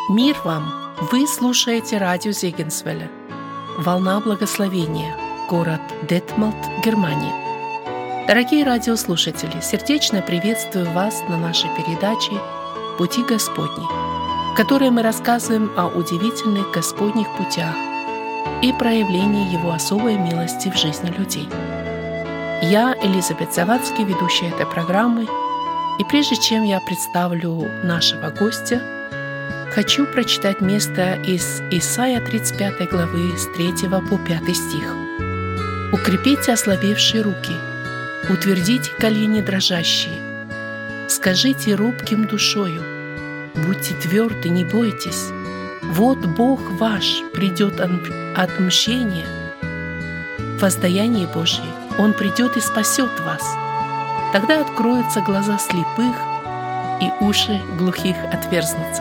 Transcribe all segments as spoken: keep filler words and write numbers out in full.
Мир вам! Вы слушаете радио Зегенсвелля. Волна благословения. Город Детмолд, Германия. Дорогие радиослушатели, сердечно приветствую вас на нашей передаче «Пути Господни», в которой мы рассказываем о удивительных Господних путях и проявлении Его особой милости в жизни людей. Я, Элизабет Завадский, ведущая этой программы, и прежде чем я представлю нашего гостя, хочу прочитать место из Исайя тридцать пятой главы с третьего по пятый стих. «Укрепите ослабевшие руки, утвердите колени дрожащие, скажите робким душою, будьте тверды, не бойтесь, вот Бог ваш придет от мщения, воздаяние Божие, Он придет и спасет вас. Тогда откроются глаза слепых, и уши глухих отверзнутся».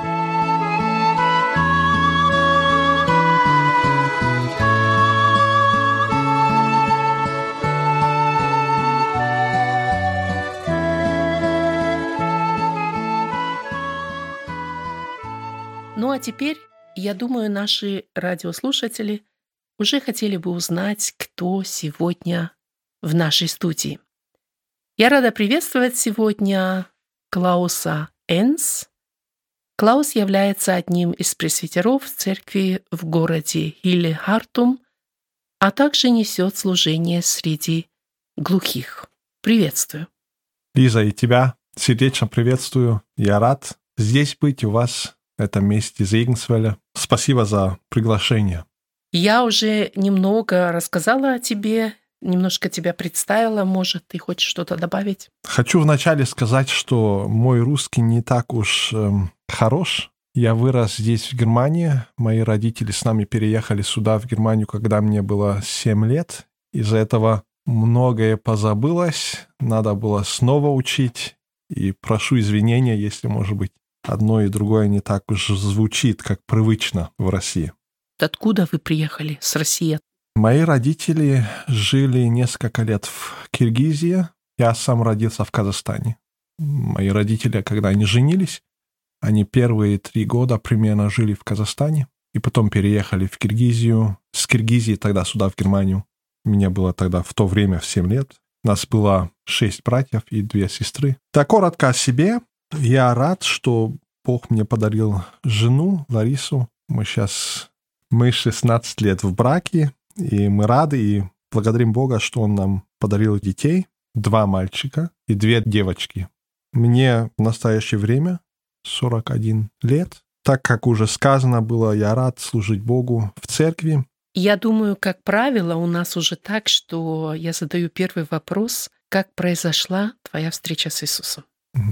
Ну а теперь, я думаю, наши радиослушатели уже хотели бы узнать, кто сегодня в нашей студии. Я рада приветствовать сегодня Клауса Энс. Клаус является одним из пресвитеров церкви в городе Хилле-Хартум, а также несет служение среди глухих. Приветствую. Лиза, и тебя сердечно приветствую. Я рад здесь быть у вас в этом месте Зегенсвелля. Спасибо за приглашение. Я уже немного рассказала о тебе, немножко тебя представила. Может, ты хочешь что-то добавить? Хочу вначале сказать, что мой русский не так уж эм, хорош. Я вырос здесь, в Германии. Мои родители с нами переехали сюда, в Германию, когда мне было семь лет. Из-за этого многое позабылось. Надо было снова учить. И прошу извинения, если, может быть, одно и другое не так уж звучит, как привычно в России. Откуда вы приехали с России? Мои родители жили несколько лет в Киргизии. Я сам родился в Казахстане. Мои родители, когда они женились, они первые три года примерно жили в Казахстане, и потом переехали в Киргизию. С Киргизии тогда сюда, в Германию. Мне было тогда в то время в семь лет. Нас было шесть братьев и две сестры. Так коротко о себе. Я рад, что Бог мне подарил жену Ларису. Мы сейчас... Мы шестнадцать лет в браке, и мы рады и благодарим Бога, что Он нам подарил детей. Два мальчика и две девочки. Мне в настоящее время сорок один лет. Так как уже сказано было, я рад служить Богу в церкви. Я думаю, как правило, у нас уже так, что я задаю первый вопрос. Как произошла твоя встреча с Иисусом?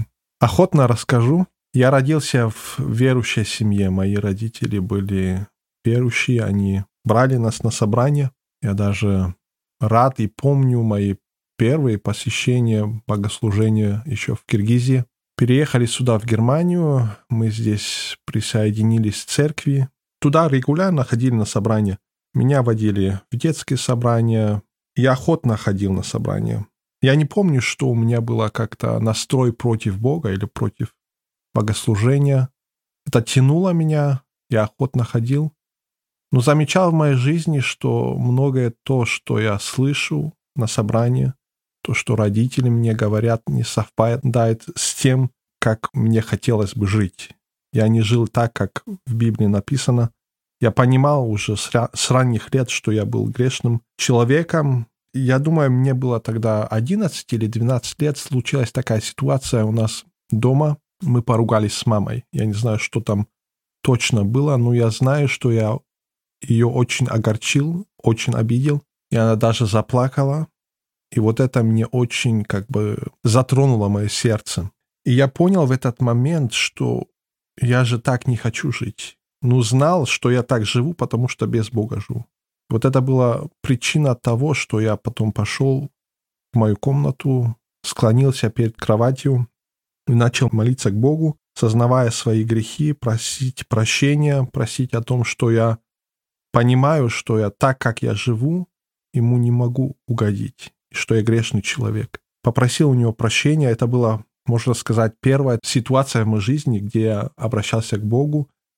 Охотно расскажу. Я родился в верующей семье. Мои родители были верующие, они брали нас на собрания. Я даже рад и помню мои первые посещения богослужения еще в Киргизии. Переехали сюда, в Германию. Мы здесь присоединились к церкви. Туда регулярно ходили на собрания. Меня водили в детские собрания. Я охотно ходил на собрания. Я не помню, что у меня было как-то настрой против Бога или против богослужения. Это тянуло меня, я охотно ходил. Но замечал в моей жизни, что многое то, что я слышу на собрании, то, что родители мне говорят, не совпадает с тем, как мне хотелось бы жить. Я не жил так, как в Библии написано. Я понимал уже с ранних лет, что я был грешным человеком. Я думаю, мне было тогда одиннадцать или двенадцать лет. Случилась такая ситуация у нас дома. Мы поругались с мамой. Я не знаю, что там точно было, но я знаю, что я ее очень огорчил, очень обидел. И она даже заплакала. И вот это мне очень как бы затронуло мое сердце. И я понял в этот момент, что я же так не хочу жить. Ну, знал, что я так живу, потому что без Бога живу. Вот это была причина того, что я потом пошел в мою комнату, склонился перед кроватью и начал молиться к Богу, сознавая свои грехи, просить прощения, просить о том, что я понимаю, что я так, как я живу, ему не могу угодить, что я грешный человек. Попросил у него прощения. Это была, можно сказать, первая ситуация в моей жизни, где я обращался к Богу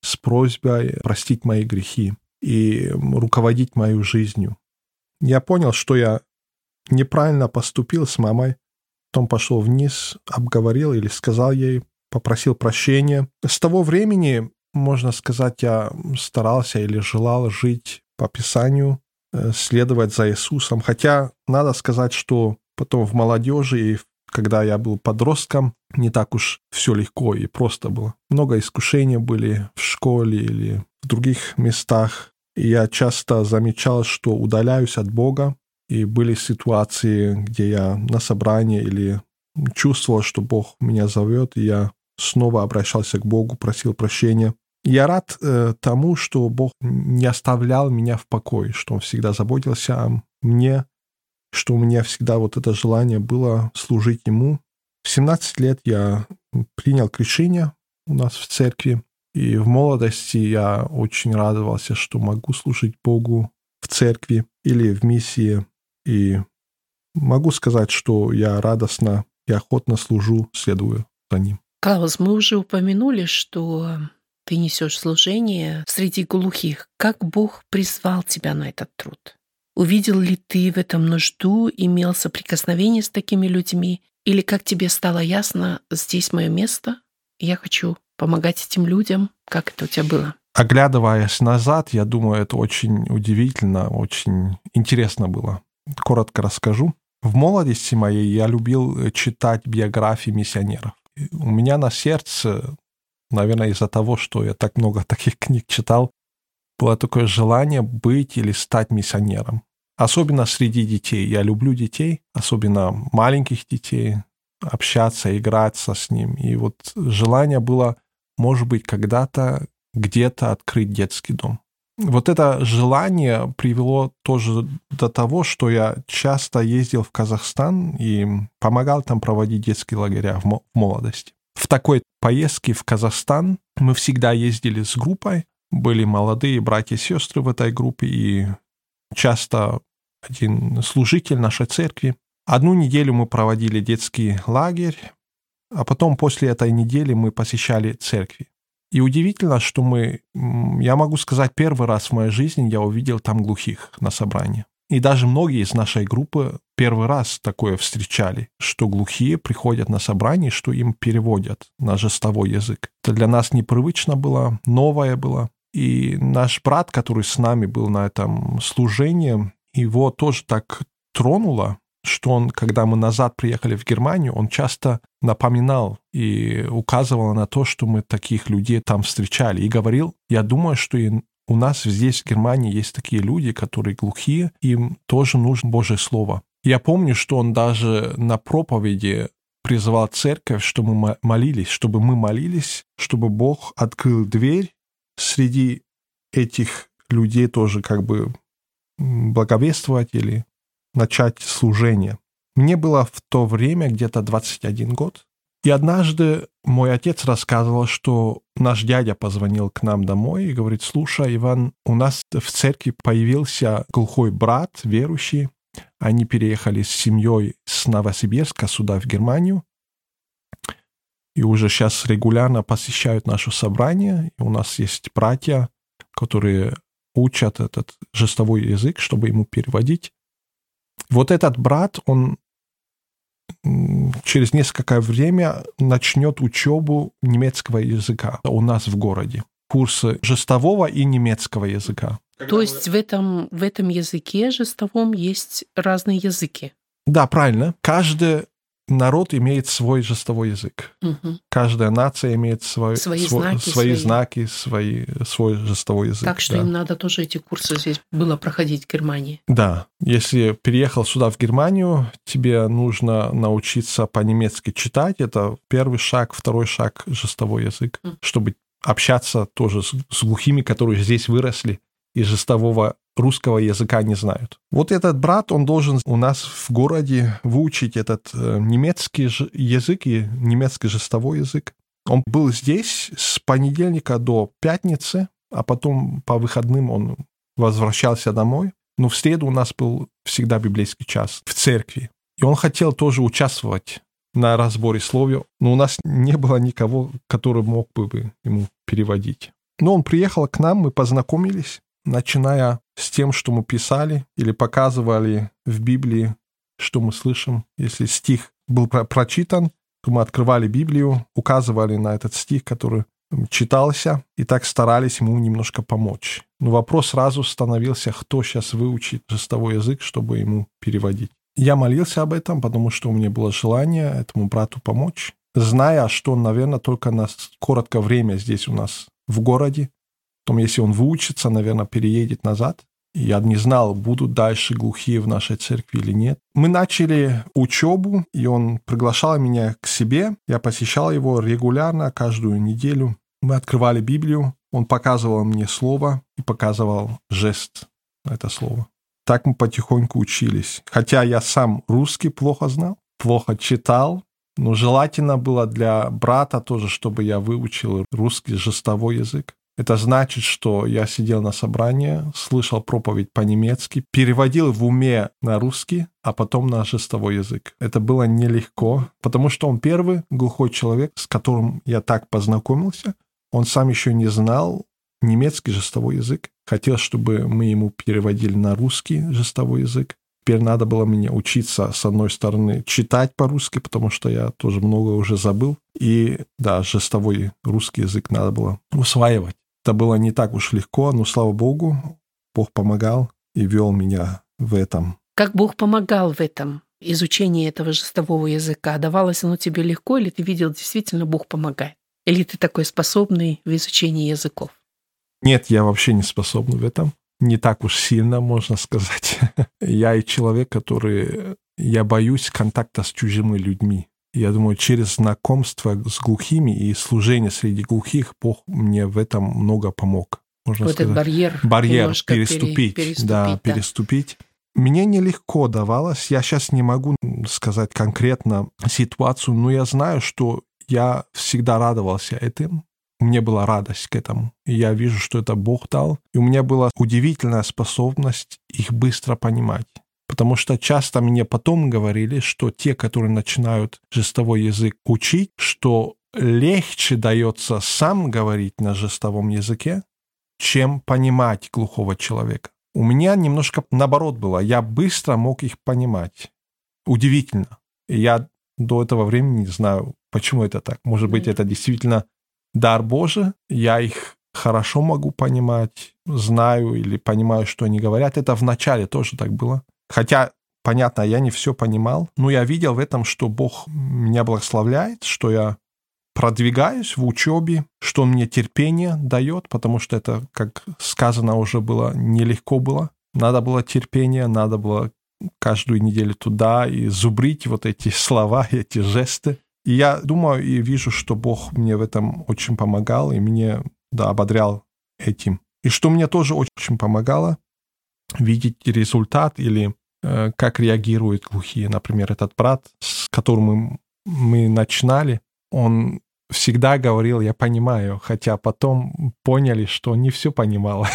с просьбой простить мои грехи и руководить мою жизнью. Я понял, что я неправильно поступил с мамой, потом пошел вниз, обговорил или сказал ей, попросил прощения. С того времени, можно сказать, я старался или желал жить по Писанию, следовать за Иисусом. Хотя надо сказать, что потом в молодежи и когда я был подростком, не так уж все легко и просто было. Много искушений были в школе или в других местах. И я часто замечал, что удаляюсь от Бога. И были ситуации, где я на собрании или чувствовал, что Бог меня зовет, и я снова обращался к Богу, просил прощения. Я рад э, тому, что Бог не оставлял меня в покое, что Он всегда заботился о мне, что у меня всегда вот это желание было служить Ему. В семнадцать лет я принял крещение у нас в церкви, и в молодости я очень радовался, что могу служить Богу в церкви или в миссии, и могу сказать, что я радостно и охотно служу, следую за Ним. Клаус, мы уже упомянули, что ты несешь служение среди глухих. Как Бог призвал тебя на этот труд? Увидел ли ты в этом нужду, имел соприкосновение с такими людьми? Или как тебе стало ясно, здесь мое место, я хочу помогать этим людям? Как это у тебя было? Оглядываясь назад, я думаю, это очень удивительно, очень интересно было. Коротко расскажу. В молодости моей я любил читать биографии миссионеров. У меня на сердце, наверное, из-за того, что я так много таких книг читал, было такое желание быть или стать миссионером. Особенно среди детей. Я люблю детей, особенно маленьких детей, общаться, играться с ними. И вот желание было, может быть, когда-то где-то открыть детский дом. Вот это желание привело тоже до того, что я часто ездил в Казахстан и помогал там проводить детские лагеря в молодости. В такой поездке в Казахстан мы всегда ездили с группой, были молодые братья и сестры в этой группе, и часто один служитель нашей церкви. Одну неделю мы проводили детский лагерь, а потом после этой недели мы посещали церкви. И удивительно, что мы, я могу сказать, первый раз в моей жизни я увидел там глухих на собрании. И даже многие из нашей группы первый раз такое встречали, что глухие приходят на собрание, что им переводят на жестовой язык. Это для нас непривычно было, новое было. И наш брат, который с нами был на этом служении, его тоже так тронуло, что он, когда мы назад приехали в Германию, он часто напоминал и указывал на то, что мы таких людей там встречали. И говорил, я думаю, что и у нас здесь, в Германии, есть такие люди, которые глухие, им тоже нужно Божье Слово. Я помню, что он даже на проповеди призывал церковь, чтобы мы молились, чтобы мы молились, чтобы Бог открыл дверь среди этих людей тоже как бы благовествовать или начать служение. Мне было в то время где-то двадцать один год. И однажды мой отец рассказывал, что наш дядя позвонил к нам домой и говорит, слушай, Иван, у нас в церкви появился глухой брат, верующий. Они переехали с семьей с Новосибирска сюда, в Германию. И уже сейчас регулярно посещают наше собрание. И у нас есть братья, которые учат этот жестовой язык, чтобы ему переводить. Вот этот брат, он через несколько время начнет учебу немецкого языка у нас в городе. Курсы жестового и немецкого языка. То есть в этом, в этом языке жестовом есть разные языки? Да, правильно. Каждый народ имеет свой жестовой язык. Угу. Каждая нация имеет свой, свои, свой, знаки, свои, свои знаки, свои, свой жестовой язык. Так что да. им надо тоже эти курсы здесь было проходить в Германии. Да. Если переехал сюда, в Германию, тебе нужно научиться по-немецки читать. Это первый шаг, второй шаг жестовой язык, mm. чтобы общаться тоже с, с глухими, которые здесь выросли и жестового русского языка не знают. Вот этот брат, он должен у нас в городе выучить этот э, немецкий язык и немецкий жестовой язык. Он был здесь с понедельника до пятницы, а потом по выходным он возвращался домой. Но в среду у нас был всегда библейский час в церкви. И он хотел тоже участвовать на разборе слов, но у нас не было никого, который мог бы ему переводить. Но он приехал к нам, мы познакомились, начиная с тем, что мы писали или показывали в Библии, что мы слышим. Если стих был про- прочитан, то мы открывали Библию, указывали на этот стих, который читался, и так старались ему немножко помочь. Но вопрос сразу становился, кто сейчас выучит жестовой язык, чтобы ему переводить. Я молился об этом, потому что у меня было желание этому брату помочь, зная, что он, наверное, только на короткое время здесь у нас в городе. Потом, если он выучится, наверное, переедет назад. Я не знал, будут дальше глухие в нашей церкви или нет. Мы начали учебу, и он приглашал меня к себе. Я посещал его регулярно, каждую неделю. Мы открывали Библию, он показывал мне слово и показывал жест на это слово. Так мы потихоньку учились. Хотя я сам русский плохо знал, плохо читал, но желательно было для брата тоже, чтобы я выучил русский жестовой язык. Это значит, что я сидел на собрании, слышал проповедь по-немецки, переводил в уме на русский, а потом на жестовой язык. Это было нелегко, потому что он первый глухой человек, с которым я так познакомился. Он сам еще не знал немецкий жестовой язык. Хотел, чтобы мы ему переводили на русский жестовой язык. Теперь надо было мне учиться, с одной стороны, читать по-русски, потому что я тоже многое уже забыл. И, да, жестовой русский язык надо было усваивать. Это было не так уж легко, но, слава Богу, Бог помогал и вел меня в этом. Как Бог помогал в этом изучении этого жестового языка? Давалось оно тебе легко, или ты видел, действительно, Бог помогает? Или ты такой способный в изучении языков? Нет, я вообще не способен в этом. Не так уж сильно, можно сказать. Я и человек, который... Я боюсь контакта с чужими людьми. Я думаю, через знакомство с глухими и служение среди глухих Бог мне в этом много помог. Можно вот сказать. этот барьер. Барьер переступить. переступить. Да, да, переступить. Мне нелегко давалось. Я сейчас не могу сказать конкретно ситуацию, но я знаю, что я всегда радовался этим. У меня была радость к этому. И я вижу, что это Бог дал. И у меня была удивительная способность их быстро понимать. Потому что часто мне потом говорили, что те, которые начинают жестовой язык учить, что легче дается сам говорить на жестовом языке, чем понимать глухого человека. У меня немножко наоборот было. Я быстро мог их понимать. Удивительно. И я до этого времени не знаю, почему это так. Может быть, это действительно дар Божий. Я их хорошо могу понимать, знаю или понимаю, что они говорят. Это вначале тоже так было. Хотя, понятно, я не все понимал, но я видел в этом, что Бог меня благословляет, что я продвигаюсь в учебе, что Он мне терпение дает, потому что это, как сказано уже было, нелегко было. Надо было терпение, надо было каждую неделю туда и зубрить вот эти слова, эти жесты. И я думаю и вижу, что Бог мне в этом очень помогал и мне, да, ободрял этим. И что мне тоже очень помогало, видеть результат или э, как реагируют глухие. Например, этот брат, с которым мы, мы начинали, он всегда говорил, я понимаю, хотя потом поняли, что он не все понимал.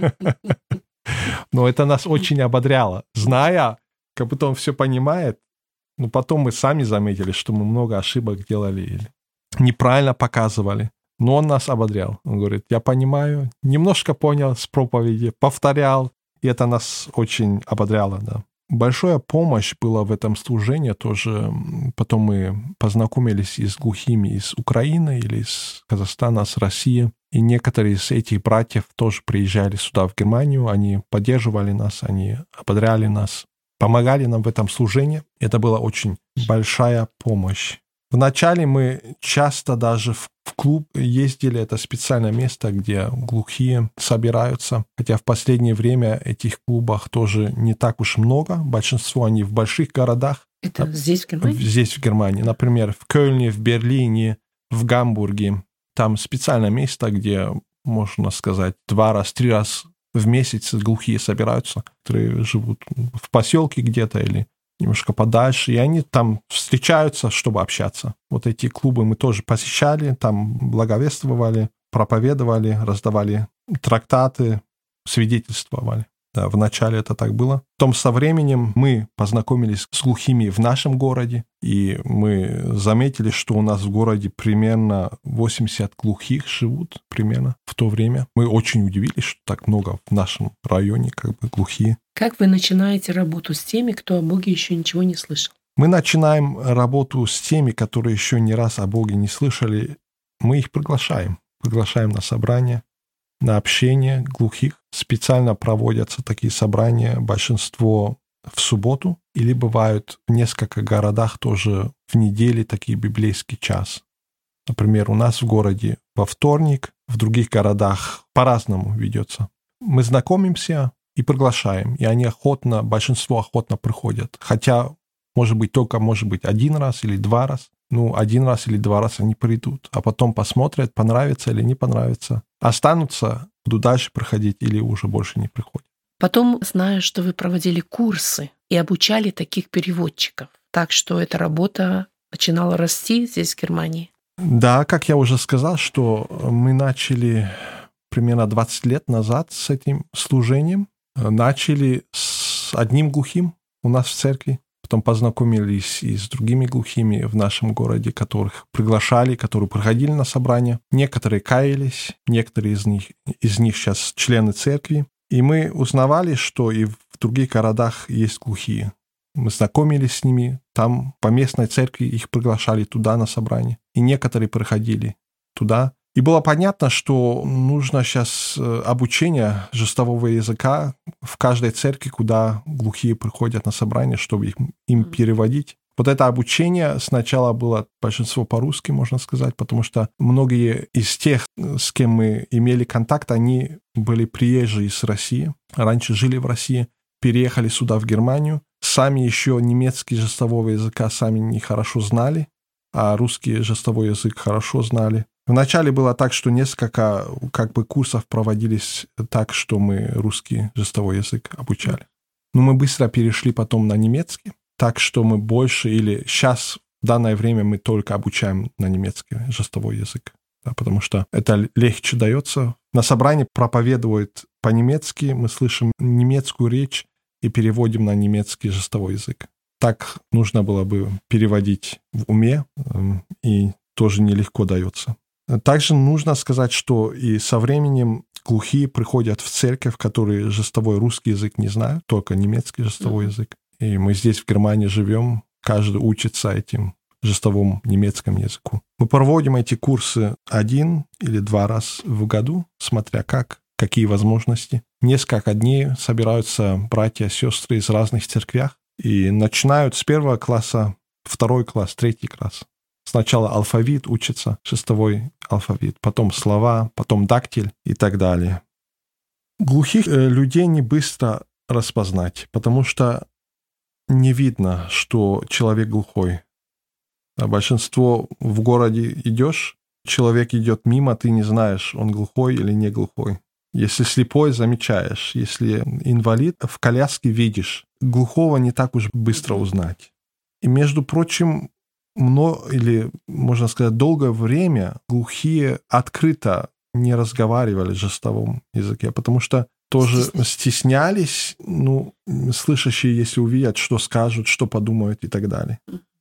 Но это нас очень ободряло. Зная, как будто он все понимает, но потом мы сами заметили, что мы много ошибок делали или неправильно показывали. Но он нас ободрял. Он говорит, я понимаю, немножко понял с проповеди, повторял, и это нас очень ободряло, да. Большая помощь была в этом служении тоже. Потом мы познакомились и с глухими из Украины или из Казахстана, с России. И некоторые из этих братьев тоже приезжали сюда, в Германию. Они поддерживали нас, они ободряли нас, помогали нам в этом служении. Это была очень большая помощь. Вначале мы часто даже в клуб ездили, это специальное место, где глухие собираются. Хотя в последнее время этих клубов тоже не так уж много. Большинство они в больших городах. Это здесь, в Германии? Здесь, в Германии. Например, в Кёльне, в Берлине, в Гамбурге. Там специальное место, где, можно сказать, два раз, три раз в месяц глухие собираются, которые живут в поселке где-то или немножко подальше, и они там встречаются, чтобы общаться. Вот эти клубы мы тоже посещали, там благовествовали, проповедовали, раздавали трактаты, свидетельствовали. Да, вначале это так было. Потом со временем мы познакомились с глухими в нашем городе, и мы заметили, что у нас в городе примерно восемьдесят глухих живут примерно в то время. Мы очень удивились, что так много в нашем районе как бы глухие. Как вы начинаете работу с теми, кто о Боге еще ничего не слышал? Мы начинаем работу с теми, которые еще ни раз о Боге не слышали. Мы их приглашаем. Приглашаем на собрания, на общение глухих. Специально проводятся такие собрания, большинство в субботу, или бывают в нескольких городах тоже в неделе такие библейский час. Например, у нас в городе во вторник, в других городах по-разному ведется. Мы знакомимся и приглашаем, и они охотно, большинство охотно приходят. Хотя, может быть, только, может быть, один раз или два раза. Ну, один раз или два раза они придут, а потом посмотрят, понравится или не понравится. Останутся, будут дальше проходить или уже больше не приходят. Потом знаю, что вы проводили курсы и обучали таких переводчиков. Так что эта работа начинала расти здесь, в Германии. Да, как я уже сказал, что мы начали примерно двадцать лет назад с этим служением. Начали с одним глухим у нас в церкви. Потом познакомились и с другими глухими в нашем городе, которых приглашали, которые приходили на собрания. Некоторые каялись, некоторые из них, из них сейчас члены церкви. И мы узнавали, что и в других городах есть глухие. Мы знакомились с ними, там по местной церкви их приглашали туда на собрание. И некоторые приходили туда. И было понятно, что нужно сейчас обучение жестового языка в каждой церкви, куда глухие приходят на собрание, чтобы их, им переводить. Вот это обучение сначала было большинство по-русски, можно сказать, потому что многие из тех, с кем мы имели контакт, они были приезжие из России, раньше жили в России, переехали сюда, в Германию. Сами еще немецкий жестового языка сами не хорошо знали, а русский жестовой язык хорошо знали. Вначале было так, что несколько как бы курсов проводились так, что мы русский жестовой язык обучали. Но мы быстро перешли потом на немецкий, так что мы больше или сейчас в данное время мы только обучаем на немецкий жестовой язык, да, потому что это легче дается. На собрании проповедуют по-немецки, мы слышим немецкую речь и переводим на немецкий жестовой язык. Так нужно было бы переводить в уме, и тоже нелегко дается. Также нужно сказать, что и со временем глухие приходят в церковь, которые жестовой русский язык не знают, только немецкий жестовой язык. И мы здесь в Германии живем, каждый учится этим жестовому немецкому языку. Мы проводим эти курсы один или два раза в году, смотря как, какие возможности. Несколько дней собираются братья и сестры из разных церквях и начинают с первого класса, второй класс, третий класс. Сначала алфавит учится, шестовой алфавит, потом слова, потом дактиль и так далее. Глухих людей не быстро распознать, потому что не видно, что человек глухой. А большинство в городе идешь, человек идет мимо, ты не знаешь, он глухой или не глухой. Если слепой, замечаешь. Если инвалид, в коляске видишь. Глухого не так уж быстро узнать. И, между прочим, много, или, можно сказать, долгое время глухие открыто не разговаривали в жестовом языке, потому что тоже стеснялись, ну, слышащие, если увидят, что скажут, что подумают и так далее.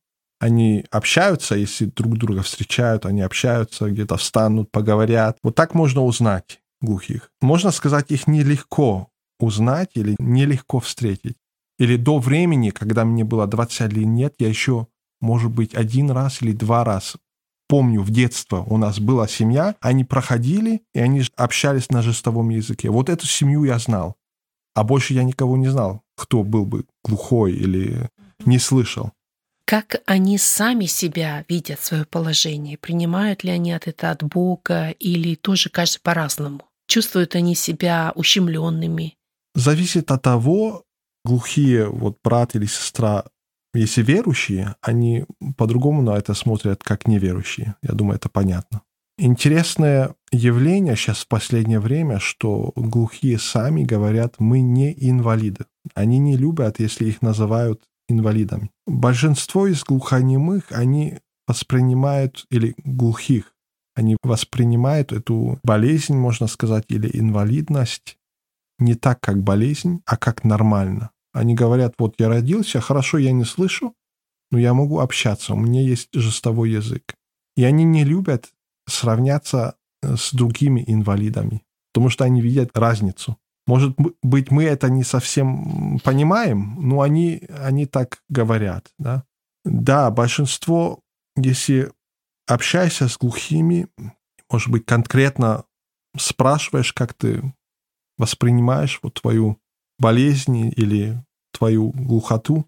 Они общаются, если друг друга встречают, они общаются, где-то встанут, поговорят. Вот так можно узнать глухих. Можно сказать, их нелегко узнать или нелегко встретить. Или до времени, когда мне было двадцать лет, я еще, может быть, один раз или два раза помню, в детстве у нас была семья, они проходили, и они общались на жестовом языке. Вот эту семью я знал. А больше я никого не знал, кто был бы глухой или не слышал. Как они сами себя видят, свое положение? Принимают ли они от это от Бога или тоже каждый по-разному? Чувствуют они себя ущемленными? Зависит от того, глухие, вот брат или сестра, если верующие, они по-другому на это смотрят, как неверующие. Я думаю, это понятно. Интересное явление сейчас в последнее время, что глухие сами говорят, мы не инвалиды. Они не любят, если их называют инвалидами. Большинство из глухонемых, они воспринимают, или глухих, они воспринимают эту болезнь, можно сказать, или инвалидность не так, как болезнь, а как нормально. Они говорят, вот я родился, хорошо, я не слышу, но я могу общаться, у меня есть жестовой язык. И они не любят сравняться с другими инвалидами, потому что они видят разницу. Может быть, мы это не совсем понимаем, но они, они так говорят. Да? Да, большинство, если общаешься с глухими, может быть, конкретно спрашиваешь, как ты воспринимаешь вот твою болезнь или твою глухоту,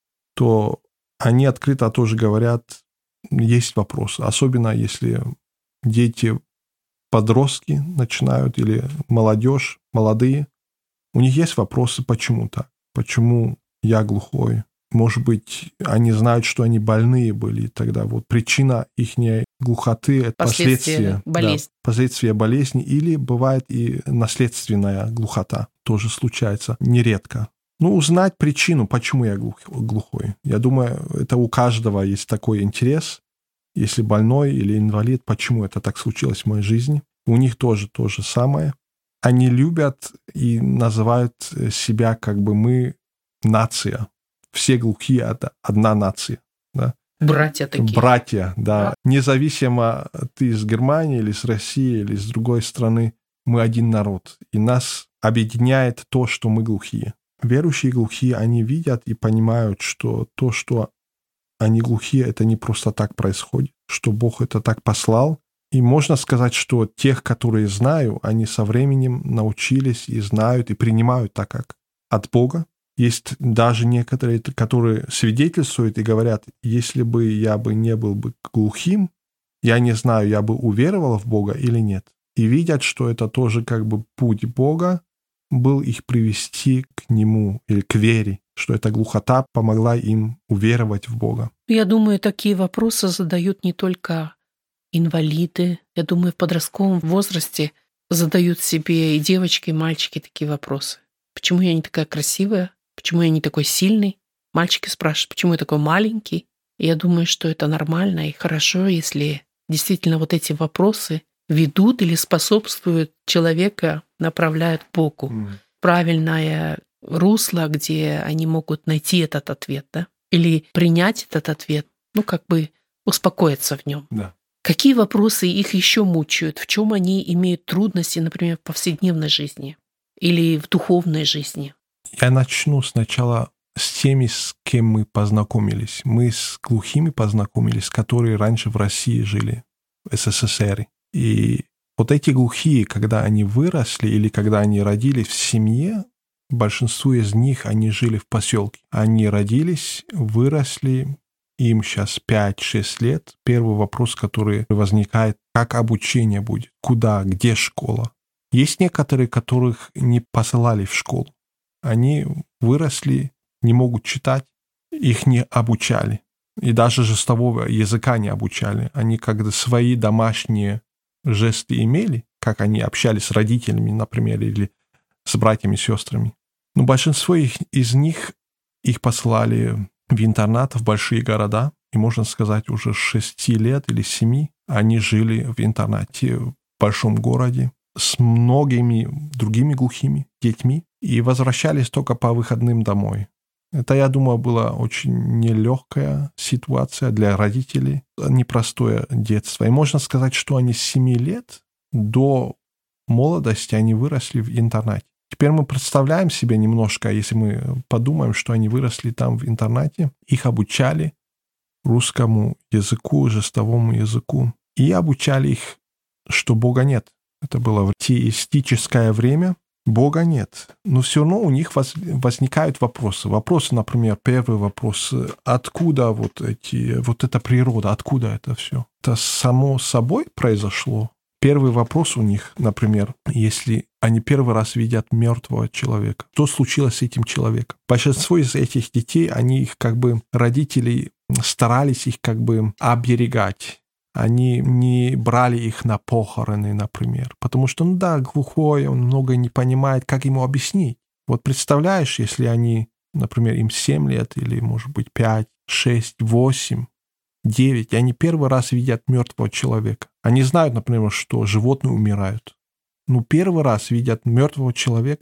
то они открыто тоже говорят, есть вопросы. Особенно если дети, подростки начинают или молодежь, молодые, у них есть вопросы, почему так? Почему я глухой? Может быть, они знают, что они больные были, тогда вот причина их глухоты – это последствия, болезни. Да, последствия болезни, или бывает и наследственная глухота, тоже случается нередко. Ну, узнать причину, почему я глухой. Я думаю, это у каждого есть такой интерес, если больной или инвалид, почему это так случилось в моей жизни. У них тоже то же самое. Они любят и называют себя как бы мы нация. Все глухие – это одна нация. Да? Братья такие. Братья, да. Независимо, ты из Германии или из России или из другой страны, мы один народ. И нас объединяет то, что мы глухие. Верующие глухие, они видят и понимают, что то, что они глухие, это не просто так происходит, что Бог это так послал. И можно сказать, что тех, которые знаю, они со временем научились и знают, и принимают так, как от Бога. Есть даже некоторые, которые свидетельствуют и говорят, если бы я бы не был бы глухим, я не знаю, я бы уверовал в Бога или нет. И видят, что это тоже как бы путь Бога был их привести к Нему или к вере, что эта глухота помогла им уверовать в Бога. Я думаю, такие вопросы задают не только инвалиды. Я думаю, в подростковом возрасте задают себе и девочки, и мальчики такие вопросы. Почему я не такая красивая? Почему я не такой сильный? Мальчики спрашивают, почему я такой маленький? И я думаю, что это нормально и хорошо, если действительно вот эти вопросы ведут или способствуют человека, направляют к Богу. Mm. Правильное русло, где они могут найти этот ответ, да? Или принять этот ответ, ну, как бы успокоиться в нем. Да. Какие вопросы их еще мучают? В чем они имеют трудности, например, в повседневной жизни или в духовной жизни? Я начну сначала с теми, с кем мы познакомились. Мы с глухими познакомились, которые раньше в России жили, в СССР. И вот эти глухие, когда они выросли или когда они родились в семье, большинство из них, они жили в поселке. Они родились, выросли, им сейчас пять-шесть лет. Первый вопрос, который возникает, как обучение будет, куда, где школа. Есть некоторые, которых не посылали в школу. Они выросли, не могут читать, их не обучали. И даже жестового языка не обучали. Они как-то свои домашние жесты имели, как они общались с родителями, например, или с братьями и сестрами. Но большинство их, из них, их послали в интернат, в большие города. И, можно сказать, уже с шести лет или семи они жили в интернате в большом городе с многими другими глухими детьми и возвращались только по выходным домой. Это, я думаю, была очень нелегкая ситуация для родителей, непростое детство. И можно сказать, что они с семи лет до молодости они выросли в интернате. Теперь мы представляем себе немножко, если мы подумаем, что они выросли там в интернате, их обучали русскому языку, жестовому языку, и обучали их, что Бога нет. Это было в теистическое время. Бога нет. Но все равно у них возникают вопросы. Вопросы, например, первый вопрос, откуда вот, эти, вот эта природа, откуда это все? Это само собой произошло? Первый вопрос у них, например, если они первый раз видят мертвого человека, что случилось с этим человеком? Большинство из этих детей, они их как бы, родители старались их как бы оберегать. Они не брали их на похороны, например, потому что, ну да, глухой, он многое не понимает, как ему объяснить. Вот представляешь, если они, например, им семь лет или, может быть, пять, шесть, восемь, девять, и они первый раз видят мертвого человека. Они знают, например, что животные умирают. Но первый раз видят мертвого человека,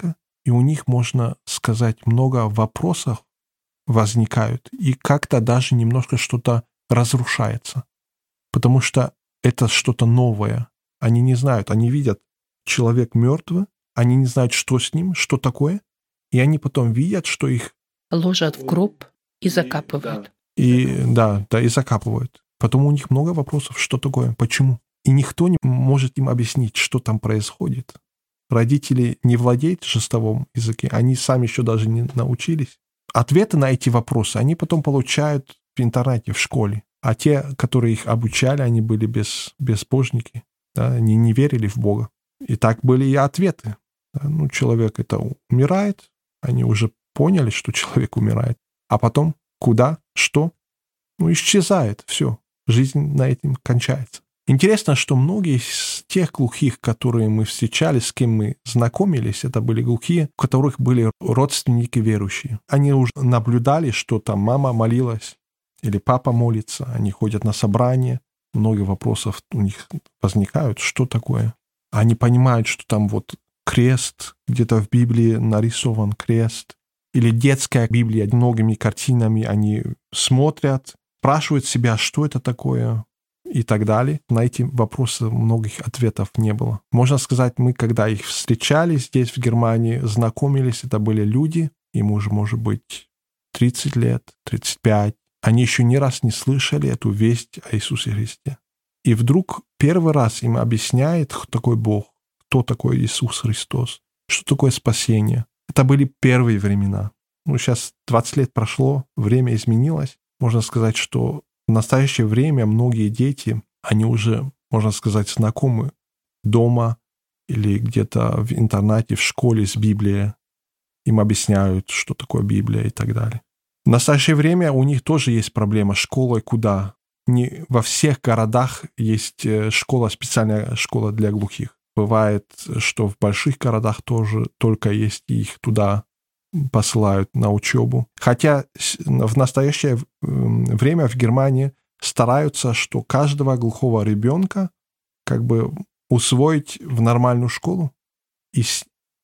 и у них, можно сказать, много вопросов возникают, и как-то даже немножко что-то разрушается. Потому что это что-то новое. Они не знают, они видят, человек мертвый, они не знают, что с ним, что такое, и они потом видят, что их... ложат в гроб и закапывают. И, да, да, и закапывают. Потом у них много вопросов, что такое, почему. И никто не может им объяснить, что там происходит. Родители не владеют жестовым языком, они сами еще даже не научились. Ответы на эти вопросы они потом получают в интернете, в школе. А те, которые их обучали, они были без, безбожники, да, они не верили в Бога. И так были и ответы. Да, ну, человек это умирает, они уже поняли, что человек умирает. А потом куда, что? Ну, исчезает, все. Жизнь на этом кончается. Интересно, что многие из тех глухих, которые мы встречали, с кем мы знакомились, это были глухие, у которых были родственники верующие. Они уже наблюдали, что там мама молилась или папа молится, они ходят на собрания, много вопросов у них возникают, что такое. Они понимают, что там вот крест, где-то в Библии нарисован крест, или детская Библия, многими картинами они смотрят, спрашивают себя, что это такое, и так далее. На эти вопросы многих ответов не было. Можно сказать, мы, когда их встречали здесь, в Германии, знакомились, это были люди, им уже, может быть, тридцать лет, тридцать пять. Они еще ни раз не слышали эту весть о Иисусе Христе. И вдруг первый раз им объясняет, кто такой Бог, кто такой Иисус Христос, что такое спасение. Это были первые времена. Ну, сейчас двадцать лет прошло, время изменилось. Можно сказать, что в настоящее время многие дети, они уже, можно сказать, знакомы дома или где-то в интернете, в школе с Библией. Им объясняют, что такое Библия и так далее. В настоящее время у них тоже есть проблема с школой куда. Не во всех городах есть школа, специальная школа для глухих. Бывает, что в больших городах тоже только есть, их туда посылают на учебу. Хотя в настоящее время в Германии стараются, что каждого глухого ребенка как бы усвоить в нормальную школу, и с,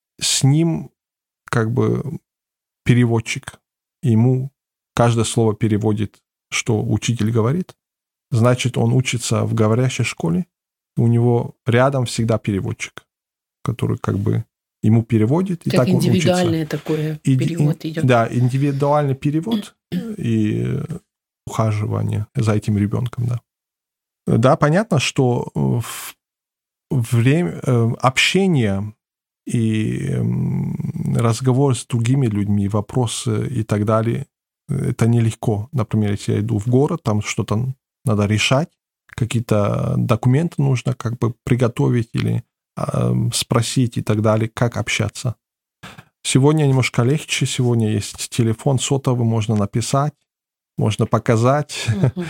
с ним как бы переводчик. Ему каждое слово переводит, что учитель говорит. Значит, он учится в говорящей школе, и у него рядом всегда переводчик, который как бы ему переводит, и как так он учится. Индивидуальный такой и, перевод и, идет. Да, индивидуальный перевод и ухаживание за этим ребенком, да. Да, понятно, что в время общения и разговор с другими людьми, вопросы и так далее, это нелегко. Например, если я иду в город, там что-то надо решать, какие-то документы нужно как бы приготовить или спросить и так далее, как общаться. Сегодня немножко легче, сегодня есть телефон сотовый, можно написать, можно показать.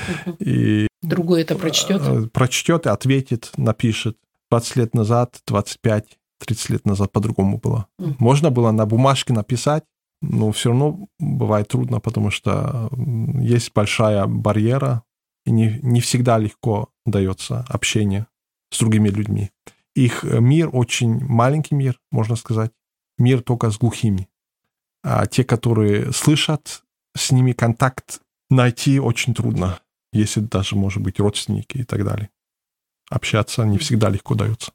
И другой это прочтет? Прочтет и ответит, напишет. двадцать лет назад, двадцать пять, тридцать лет назад по-другому было. Можно было на бумажке написать, но все равно бывает трудно, потому что есть большая барьера, и не, не всегда легко дается общение с другими людьми. Их мир очень маленький мир, можно сказать. Мир только с глухими. А те, которые слышат, с ними контакт найти очень трудно, если даже, может быть, родственники и так далее. Общаться не всегда легко дается.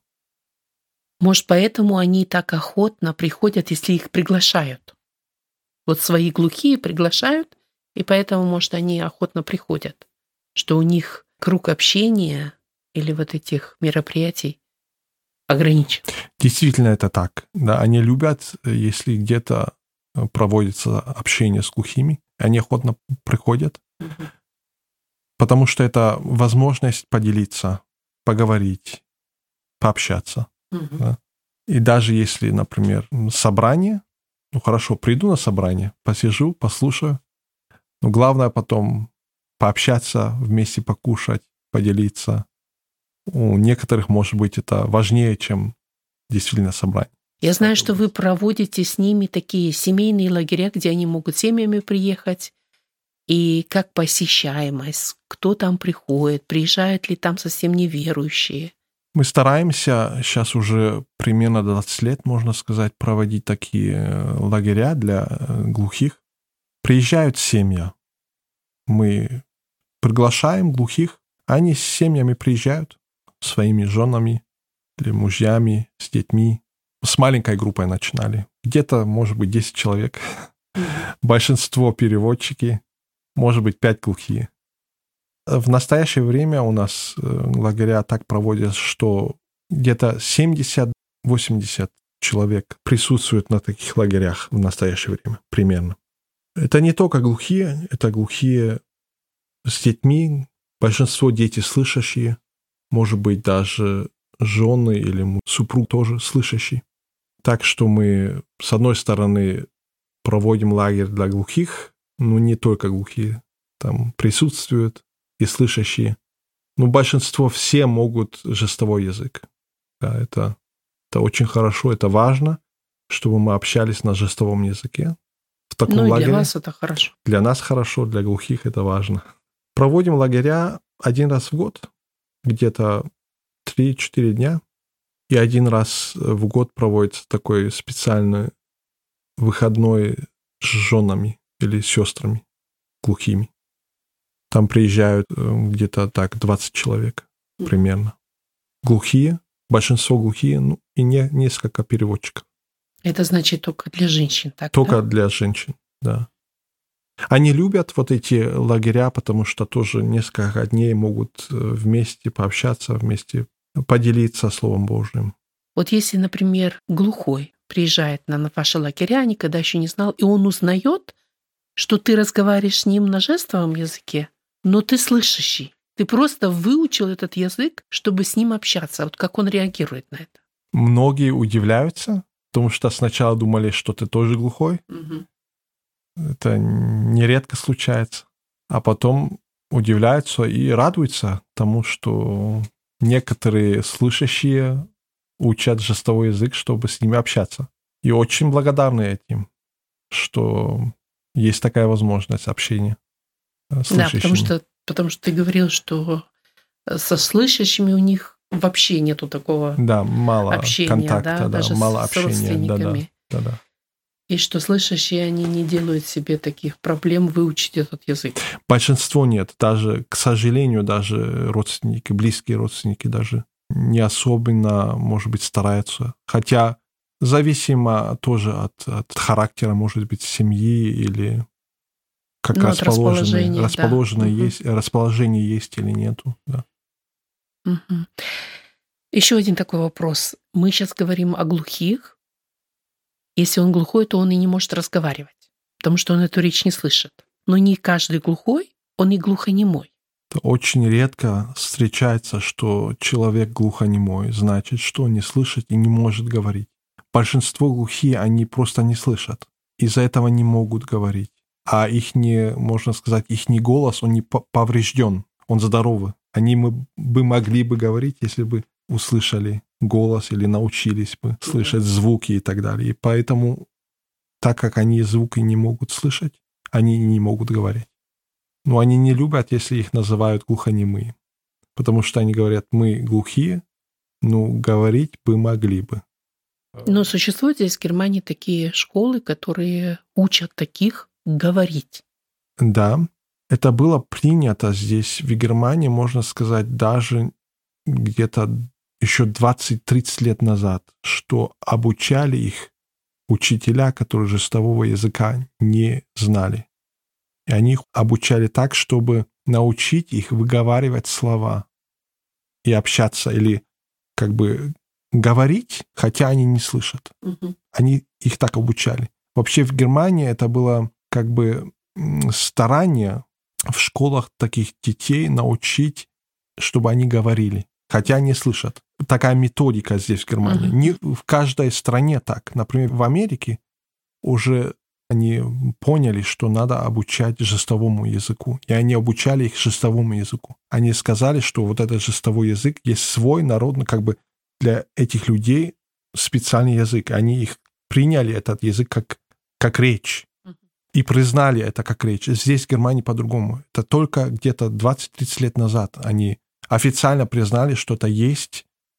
Может, поэтому они так охотно приходят, если их приглашают. Вот свои глухие приглашают, и поэтому, может, они охотно приходят. Что у них круг общения или вот этих мероприятий ограничен. Действительно, это так. Да, они любят, если где-то проводится общение с глухими, они охотно приходят, угу. Потому что это возможность поделиться, поговорить, пообщаться. Угу. Да. И даже если, например, собрание, ну хорошо, приду на собрание, посижу, послушаю, но главное потом пообщаться, вместе покушать, поделиться. У некоторых, может быть, это важнее, чем действительно собрание. Я знаю, что вы проводите с ними такие семейные лагеря, где они могут семьями приехать. И как посещаемость, кто там приходит, приезжают ли там совсем неверующие. Мы стараемся сейчас уже примерно двадцать лет, можно сказать, проводить такие лагеря для глухих. Приезжают семьи. Мы приглашаем глухих, они с семьями приезжают, своими женами или мужьями, с детьми. С маленькой группой начинали. Где-то, может быть, десять человек. Mm-hmm. Большинство переводчики, может быть, пять глухие. В настоящее время у нас лагеря так проводят, что где-то семьдесят-восемьдесят человек присутствуют на таких лагерях в настоящее время, примерно. Это не только глухие, это глухие с детьми, большинство дети слышащие, может быть, даже жены или супруг тоже слышащий. Так что мы, с одной стороны, проводим лагерь для глухих, но не только глухие, там присутствуют и слышащие. Но большинство все могут жестовой язык. Да, это, это очень хорошо, это важно, чтобы мы общались на жестовом языке. В таком ну, лагере. Для вас это хорошо. Для нас хорошо, для глухих это важно. Проводим лагеря один раз в год, где-то три-четыре дня. И один раз в год проводится такой специальный выходной с женами или сестрами глухими. Там приезжают где-то так двадцать человек примерно. Глухие, большинство глухие, ну и не, несколько переводчиков. Это значит только для женщин, так? Только да? для женщин, да. Они любят вот эти лагеря, потому что тоже несколько дней могут вместе пообщаться, вместе поделиться Словом Божьим. Вот если, например, глухой приезжает на ваши лагеря, никогда еще не знал, и он узнает, что ты разговариваешь с ним на жестовом языке, но ты слышащий. Ты просто выучил этот язык, чтобы с ним общаться. Вот как он реагирует на это? Многие удивляются, потому что сначала думали, что ты тоже глухой. Угу. Это нередко случается. А потом удивляются и радуются тому, что некоторые слышащие учат жестовой язык, чтобы с ними общаться. И очень благодарны этим, что есть такая возможность общения с слышащими. Да, потому что, потому что ты говорил, что со слышащими у них вообще нету такого да, мало общения, контакта, да, да, даже мало с общения, родственниками. Да, да, да. И что слышащие, они не делают себе таких проблем выучить этот язык. Большинство нет. Даже, к сожалению, даже родственники, близкие родственники даже не особенно, может быть, стараются. Хотя зависимо тоже от, от характера, может быть, семьи или как ну, расположено, расположено да. есть, угу. расположение есть или нету. Да. Угу. Еще один такой вопрос. Мы сейчас говорим о глухих. Если он глухой, то он и не может разговаривать, потому что он эту речь не слышит. Но не каждый глухой, он и глухонемой. Это очень редко встречается, что человек глухонемой, значит, что он не слышит и не может говорить. Большинство глухие, они просто не слышат, из-за этого не могут говорить. А их не, можно сказать, их голос, он не поврежден, он здоровый. Они мы, бы могли бы говорить, если бы услышали голос или научились бы слышать звуки и так далее. И поэтому, так как они звуки не могут слышать, они не могут говорить. Но они не любят, если их называют глухонемые. Потому что они говорят, мы глухие, но говорить бы могли бы. Но существуют здесь в Германии такие школы, которые учат таких говорить. Да, это было принято здесь, в Германии, можно сказать, даже где-то еще двадцать-тридцать лет назад, что обучали их учителя, которые жестового языка не знали. И они их обучали так, чтобы научить их выговаривать слова и общаться, или как бы говорить, хотя они не слышат. Угу. Они их так обучали. Вообще в Германии это было как бы старание в школах таких детей научить, чтобы они говорили, хотя они слышат. Такая методика здесь, в Германии. Uh-huh. Не в каждой стране так. Например, в Америке уже они поняли, что надо обучать жестовому языку. И они обучали их жестовому языку. Они сказали, что вот этот жестовой язык есть свой народный, как бы для этих людей специальный язык. Они их приняли, этот язык, как, как речь. Uh-huh. И признали это как речь. Здесь, в Германии, по-другому. Это только где-то двадцать-тридцать лет назад они официально признали, что это есть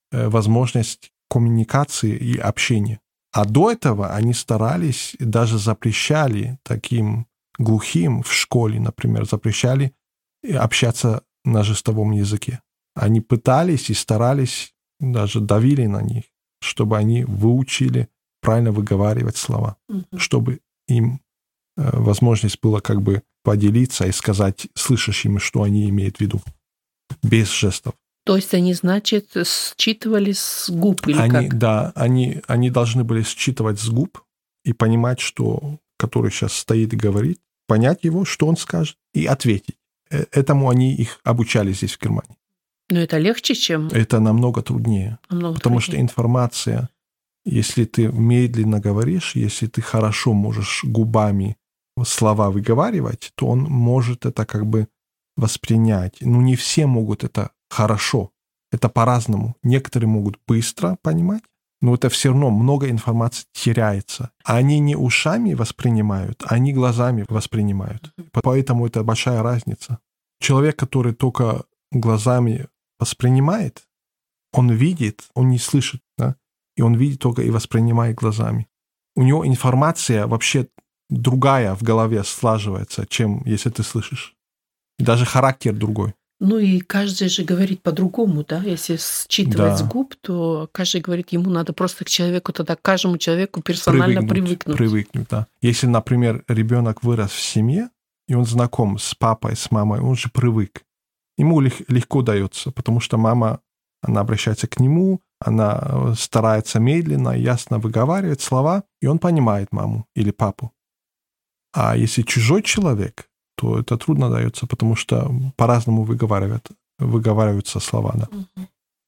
возможность коммуникации и общения. А до этого они старались, даже запрещали таким глухим в школе, например, запрещали общаться на жестовом языке. Они пытались и старались, даже давили на них, чтобы они выучили правильно выговаривать слова, mm-hmm. чтобы им э, возможность была как бы поделиться и сказать слышащим, что они имеют в виду, без жестов. То есть они, значит, считывали с губ или они, как? Да, они, они должны были считывать с губ и понимать, что который сейчас стоит и говорит, понять его, что он скажет, и ответить. Этому они их обучали здесь, в Германии. Но это легче, чем... Это намного труднее. Намного потому труднее. Что информация, если ты медленно говоришь, если ты хорошо можешь губами слова выговаривать, то он может это как бы воспринять. Но не все могут это хорошо. Это по-разному. Некоторые могут быстро понимать, но это все равно много информации теряется. Они не ушами воспринимают, они глазами воспринимают. Поэтому это большая разница. Человек, который только глазами воспринимает, он видит, он не слышит, да? И он видит только и воспринимает глазами. У него информация вообще другая в голове слаживается, чем если ты слышишь. Даже характер другой. Ну и каждый же говорит по-другому, да? Если считывать Да. с губ, то каждый говорит, ему надо просто к человеку, тогда к каждому человеку персонально Привыкнуть, привыкнуть. Привыкнуть, да. Если, например, ребенок вырос в семье, и он знаком с папой, с мамой, он же привык. Ему легко дается, потому что мама, она обращается к нему, она старается медленно, ясно выговаривать слова, и он понимает маму или папу. А если чужой человек, то это трудно дается, потому что по-разному выговаривают, выговариваются слова. Да. Угу.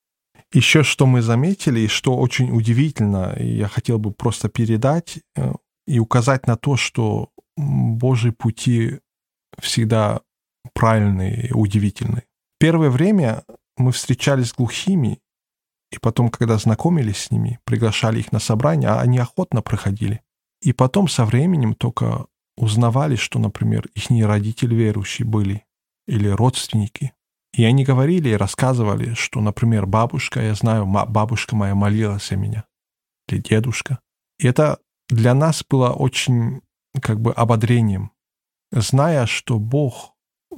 Еще что мы заметили, и что очень удивительно, и я хотел бы просто передать и указать на то, что Божьи пути всегда правильные и удивительные. Первое время мы встречались с глухими, и потом, когда знакомились с ними, приглашали их на собрания, а они охотно проходили. И потом со временем только узнавали, что, например, их родители верующие были или родственники. И они говорили и рассказывали, что, например, бабушка, я знаю, бабушка моя молилась о меня, или дедушка. И это для нас было очень как бы ободрением, зная, что Бог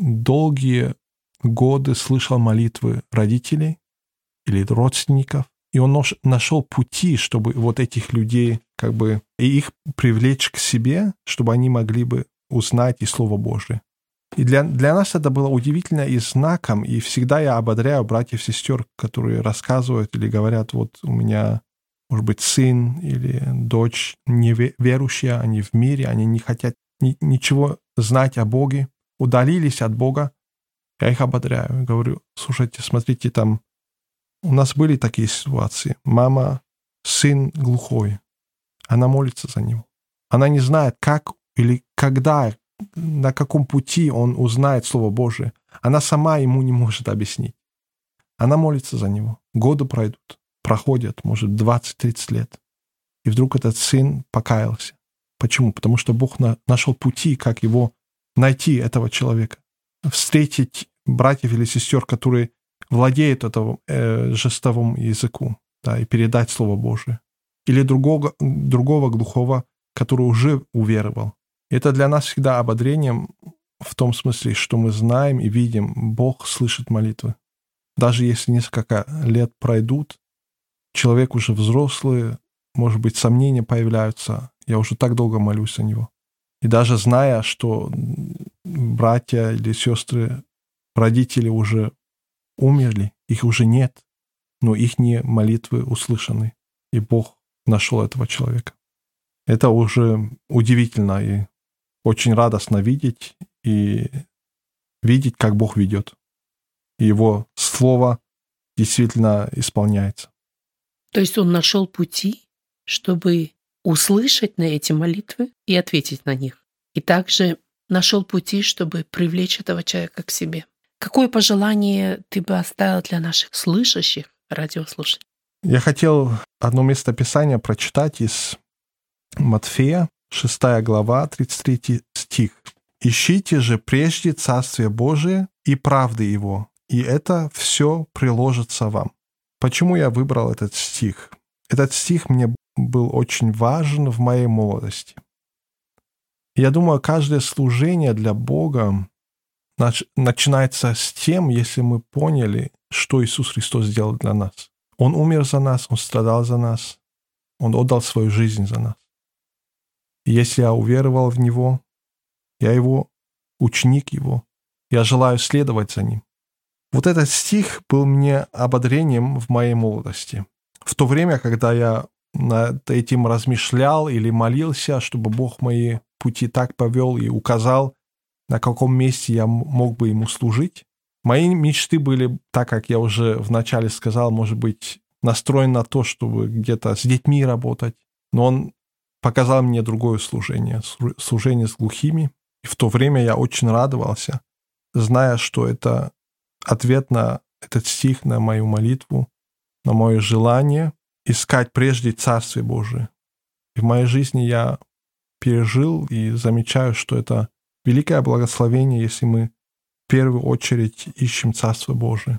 долгие годы слышал молитвы родителей или родственников, и Он нашел пути, чтобы вот этих людей как бы и их привлечь к себе, чтобы они могли бы узнать и Слово Божие. И для, для нас это было удивительно и знаком, и всегда я ободряю братьев и сестер, которые рассказывают или говорят, вот у меня, может быть, сын или дочь неверующие, они в мире, они не хотят ни, ничего знать о Боге, удалились от Бога. Я их ободряю, говорю, слушайте, смотрите, там у нас были такие ситуации. Мама, сын глухой, она молится за него. Она не знает, как или когда, на каком пути он узнает Слово Божие. Она сама ему не может объяснить. Она молится за него. Годы пройдут, проходят, может, двадцать-тридцать лет. И вдруг этот сын покаялся. Почему? Потому что Бог на, нашел пути, как его найти, этого человека. Встретить братьев или сестер, которые владеют этим э, жестовым языком, да, и передать Слово Божие. Или другого, другого глухого, который уже уверовал. Это для нас всегда ободрением в том смысле, что мы знаем и видим, Бог слышит молитвы. Даже если несколько лет пройдут, человек уже взрослый, может быть, сомнения появляются, я уже так долго молюсь о него. И даже зная, что братья или сестры, родители уже умерли, их уже нет, но их молитвы услышаны, и Бог нашел этого человека. Это уже удивительно и очень радостно видеть и видеть, как Бог ведет. И Его Слово действительно исполняется. То есть Он нашел пути, чтобы услышать на эти молитвы и ответить на них. И также нашел пути, чтобы привлечь этого человека к себе. Какое пожелание ты бы оставил для наших слышащих радиослушателей? Я хотел одно место Писания прочитать из Матфея, шестая глава, тридцать третий стих. «Ищите же прежде Царствие Божие и правды Его, и это все приложится вам». Почему я выбрал этот стих? Этот стих мне был очень важен в моей молодости. Я думаю, каждое служение для Бога нач- начинается с тем, если мы поняли, что Иисус Христос сделал для нас. Он умер за нас, Он страдал за нас, Он отдал свою жизнь за нас. И если я уверовал в Него, я Его ученик Его, я желаю следовать за Ним. Вот этот стих был мне ободрением в моей молодости. В то время, когда я над этим размышлял или молился, чтобы Бог мои пути так повел и указал, на каком месте я мог бы Ему служить. Мои мечты были, так как я уже вначале сказал, может быть, настроен на то, чтобы где-то с детьми работать. Но Он показал мне другое служение, служение с глухими. И в то время я очень радовался, зная, что это ответ на этот стих, на мою молитву, на мое желание искать прежде Царствие Божие. И в моей жизни я пережил и замечаю, что это великое благословение, если мы в первую очередь ищем Царство Божие.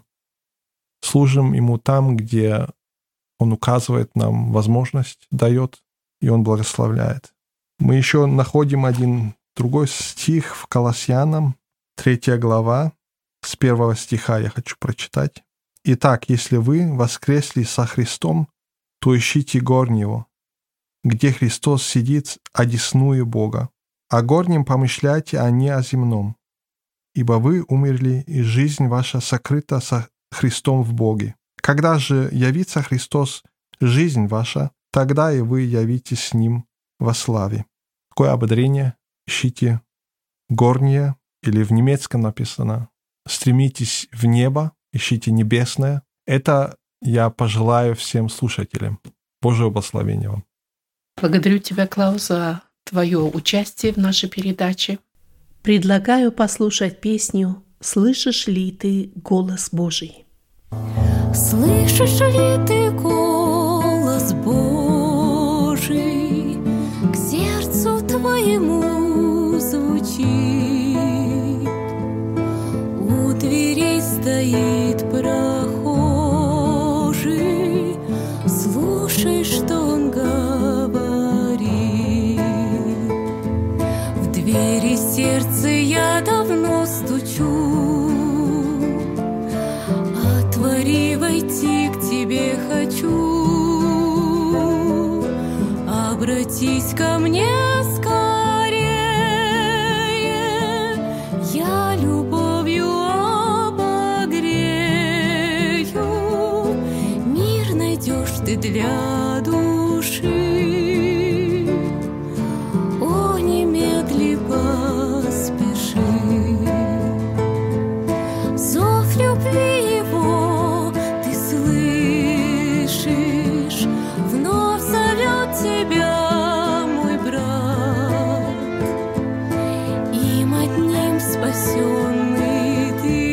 Служим Ему там, где Он указывает нам возможность, дает, и Он благословляет. Мы еще находим один другой стих в Колоссянам, третья глава, с первого стиха я хочу прочитать. «Итак, если вы воскресли со Христом, то ищите горнего, где Христос сидит одесную Бога. О горнем помышляйте, а не о земном. Ибо вы умерли, и жизнь ваша сокрыта со Христом в Боге. Когда же явится Христос, жизнь ваша, тогда и вы явитесь с Ним во славе». Какое ободрение. Ищите горнее, или в немецком написано «стремитесь в небо, ищите небесное». Это я пожелаю всем слушателям. Божьего благословения вам. Благодарю тебя, Клаус, за твое участие в нашей передаче. Предлагаю послушать песню «Слышишь ли ты голос Божий?» Слышишь ли ты голос Божий, к сердцу твоему звучит? У дверей стоит прохожий, слушай, что он говорит. В двери сердца я давно стучу, отвори, войти к тебе хочу. Обратись ко мне скорее, я любовью обогрею. Мир найдешь ты для души, о, немедли поспеши. Зов любви его ты слышишь, вновь зовет тебя мой брат. Им одним спасенный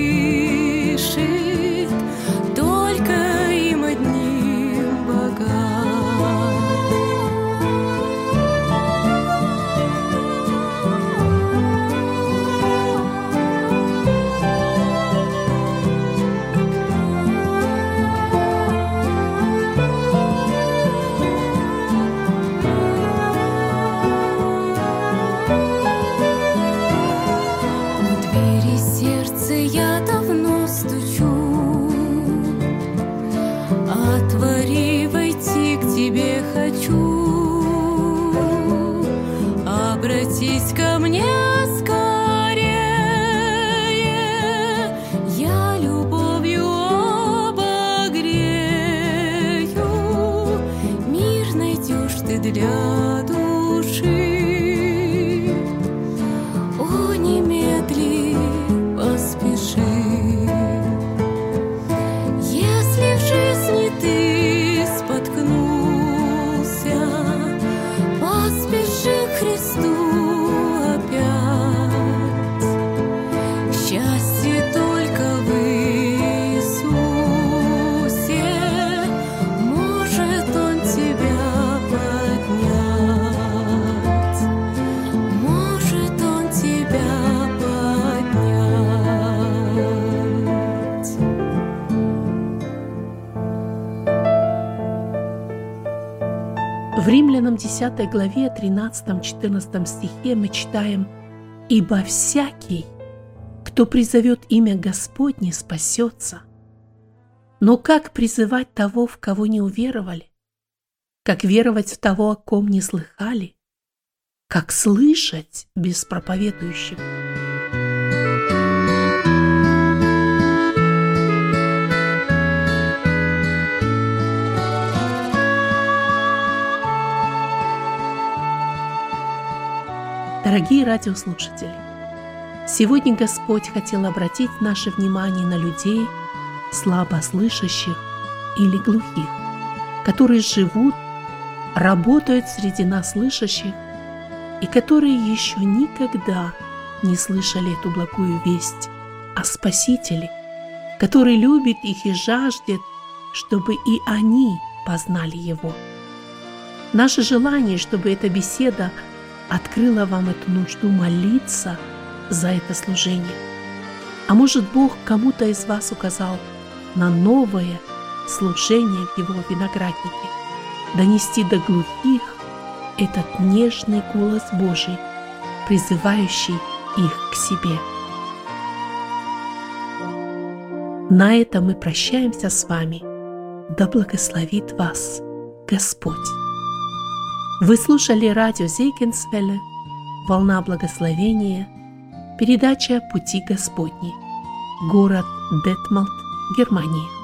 дышит, только им одним богат. У двери сердца я давно стучу, отвори, войти к тебе хочу. Обратись ко мне скорее, я любовью обогрею. Мир найдешь ты для души, о, немедли поспеши. Если в жизни ты споткнулся, поспеши к Христу опять. Счастье только в Иисусе, может Он тебя поднять. В Римлянам десятой главе тринадцатом-четырнадцатом стихе мы читаем: «Ибо всякий, кто призовет имя Господне, спасется». Но как призывать того, в кого не уверовали? Как веровать в того, о ком не слыхали? Как слышать без проповедующих? Дорогие радиослушатели, сегодня Господь хотел обратить наше внимание на людей, слабослышащих или глухих, которые живут, работают среди нас слышащих и которые еще никогда не слышали эту благую весть о Спасителе, который любит их и жаждет, чтобы и они познали Его. Наше желание, чтобы эта беседа открыла вам эту нужду молиться за это служение. А может, Бог кому-то из вас указал на новое служение в Его винограднике, донести до глухих этот нежный голос Божий, призывающий их к себе. На этом мы прощаемся с вами. Да благословит вас Господь. Вы слушали радио Зегенсвелле, «Волна благословения», передача «Пути Господни», город Детмолт, Германия.